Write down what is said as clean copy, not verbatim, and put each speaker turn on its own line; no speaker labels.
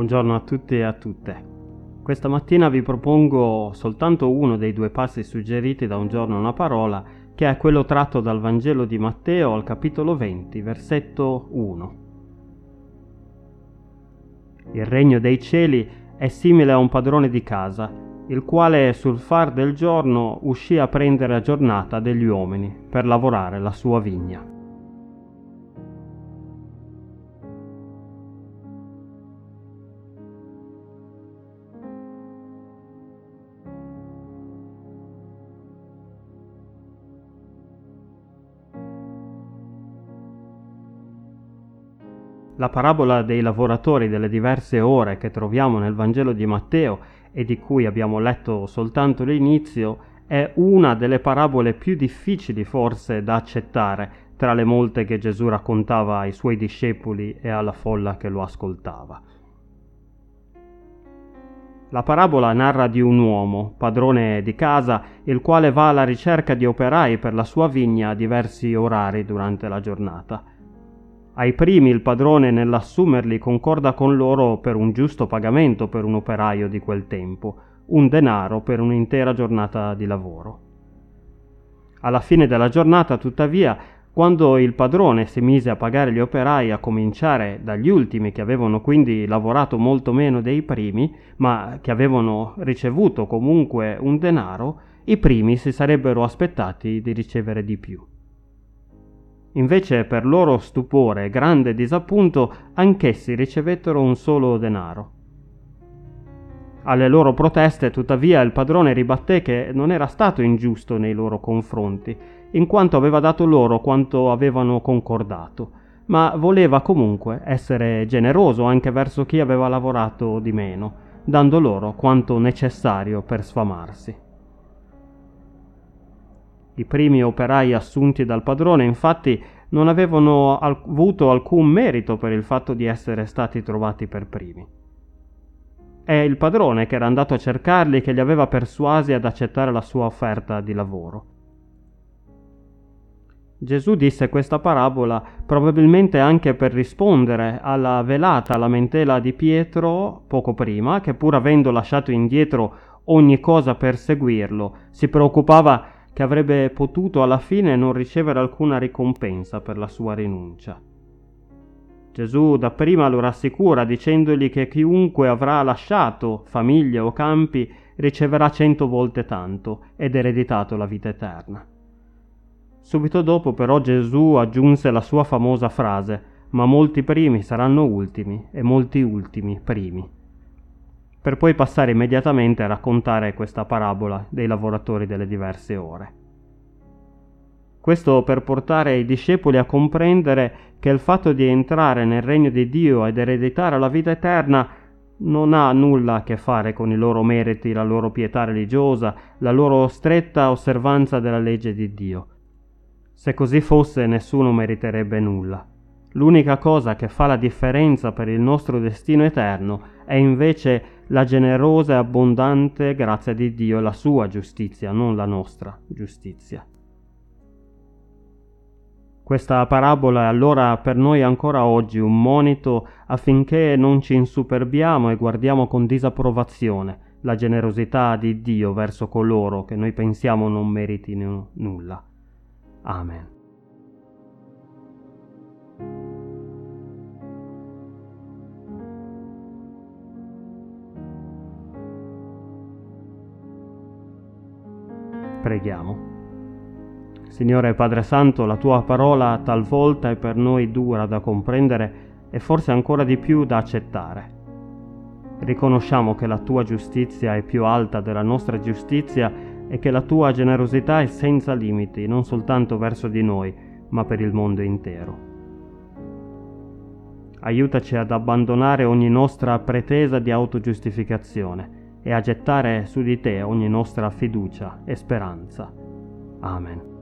Buongiorno a tutti e a tutte. Questa mattina vi propongo soltanto uno dei due passi suggeriti da Un giorno una parola, che è quello tratto dal Vangelo di Matteo al capitolo 20, versetto 1. Il regno dei cieli è simile a un padrone di casa, il quale sul far del giorno uscì a prendere a giornata degli uomini per lavorare la sua vigna. La parabola dei lavoratori delle diverse ore che troviamo nel Vangelo di Matteo e di cui abbiamo letto soltanto l'inizio è una delle parabole più difficili forse da accettare tra le molte che Gesù raccontava ai suoi discepoli e alla folla che lo ascoltava. La parabola narra di un uomo, padrone di casa, il quale va alla ricerca di operai per la sua vigna a diversi orari durante la giornata. Ai primi il padrone nell'assumerli concorda con loro per un giusto pagamento per un operaio di quel tempo, un denaro per un'intera giornata di lavoro. Alla fine della giornata, tuttavia, quando il padrone si mise a pagare gli operai, a cominciare dagli ultimi che avevano quindi lavorato molto meno dei primi, ma che avevano ricevuto comunque un denaro, i primi si sarebbero aspettati di ricevere di più. Invece, per loro stupore e grande disappunto, anch'essi ricevettero un solo denaro. Alle loro proteste, tuttavia, il padrone ribatté che non era stato ingiusto nei loro confronti, in quanto aveva dato loro quanto avevano concordato, ma voleva comunque essere generoso anche verso chi aveva lavorato di meno, dando loro quanto necessario per sfamarsi. I primi operai assunti dal padrone, infatti, non avevano avuto alcun merito per il fatto di essere stati trovati per primi. È il padrone che era andato a cercarli che li aveva persuasi ad accettare la sua offerta di lavoro. Gesù disse questa parabola probabilmente anche per rispondere alla velata lamentela di Pietro poco prima, che pur avendo lasciato indietro ogni cosa per seguirlo, si preoccupava che avrebbe potuto alla fine non ricevere alcuna ricompensa per la sua rinuncia. Gesù dapprima lo rassicura dicendogli che chiunque avrà lasciato famiglie o campi riceverà 100 volte tanto ed ereditato la vita eterna. Subito dopo però Gesù aggiunse la sua famosa frase: «Ma molti primi saranno ultimi e molti ultimi primi», per poi passare immediatamente a raccontare questa parabola dei lavoratori delle diverse ore. Questo per portare i discepoli a comprendere che il fatto di entrare nel regno di Dio ed ereditare la vita eterna non ha nulla a che fare con i loro meriti, la loro pietà religiosa, la loro stretta osservanza della legge di Dio. Se così fosse, nessuno meriterebbe nulla. L'unica cosa che fa la differenza per il nostro destino eterno è invece la generosa e abbondante grazia di Dio e la sua giustizia, non la nostra giustizia. Questa parabola è allora per noi ancora oggi un monito affinché non ci insuperbiamo e guardiamo con disapprovazione la generosità di Dio verso coloro che noi pensiamo non meritino nulla. Amen. Preghiamo. Signore Padre Santo, la tua parola talvolta è per noi dura da comprendere e forse ancora di più da accettare. Riconosciamo che la tua giustizia è più alta della nostra giustizia e che la tua generosità è senza limiti, non soltanto verso di noi, ma per il mondo intero. Aiutaci ad abbandonare ogni nostra pretesa di autogiustificazione e a gettare su di te ogni nostra fiducia e speranza. Amen.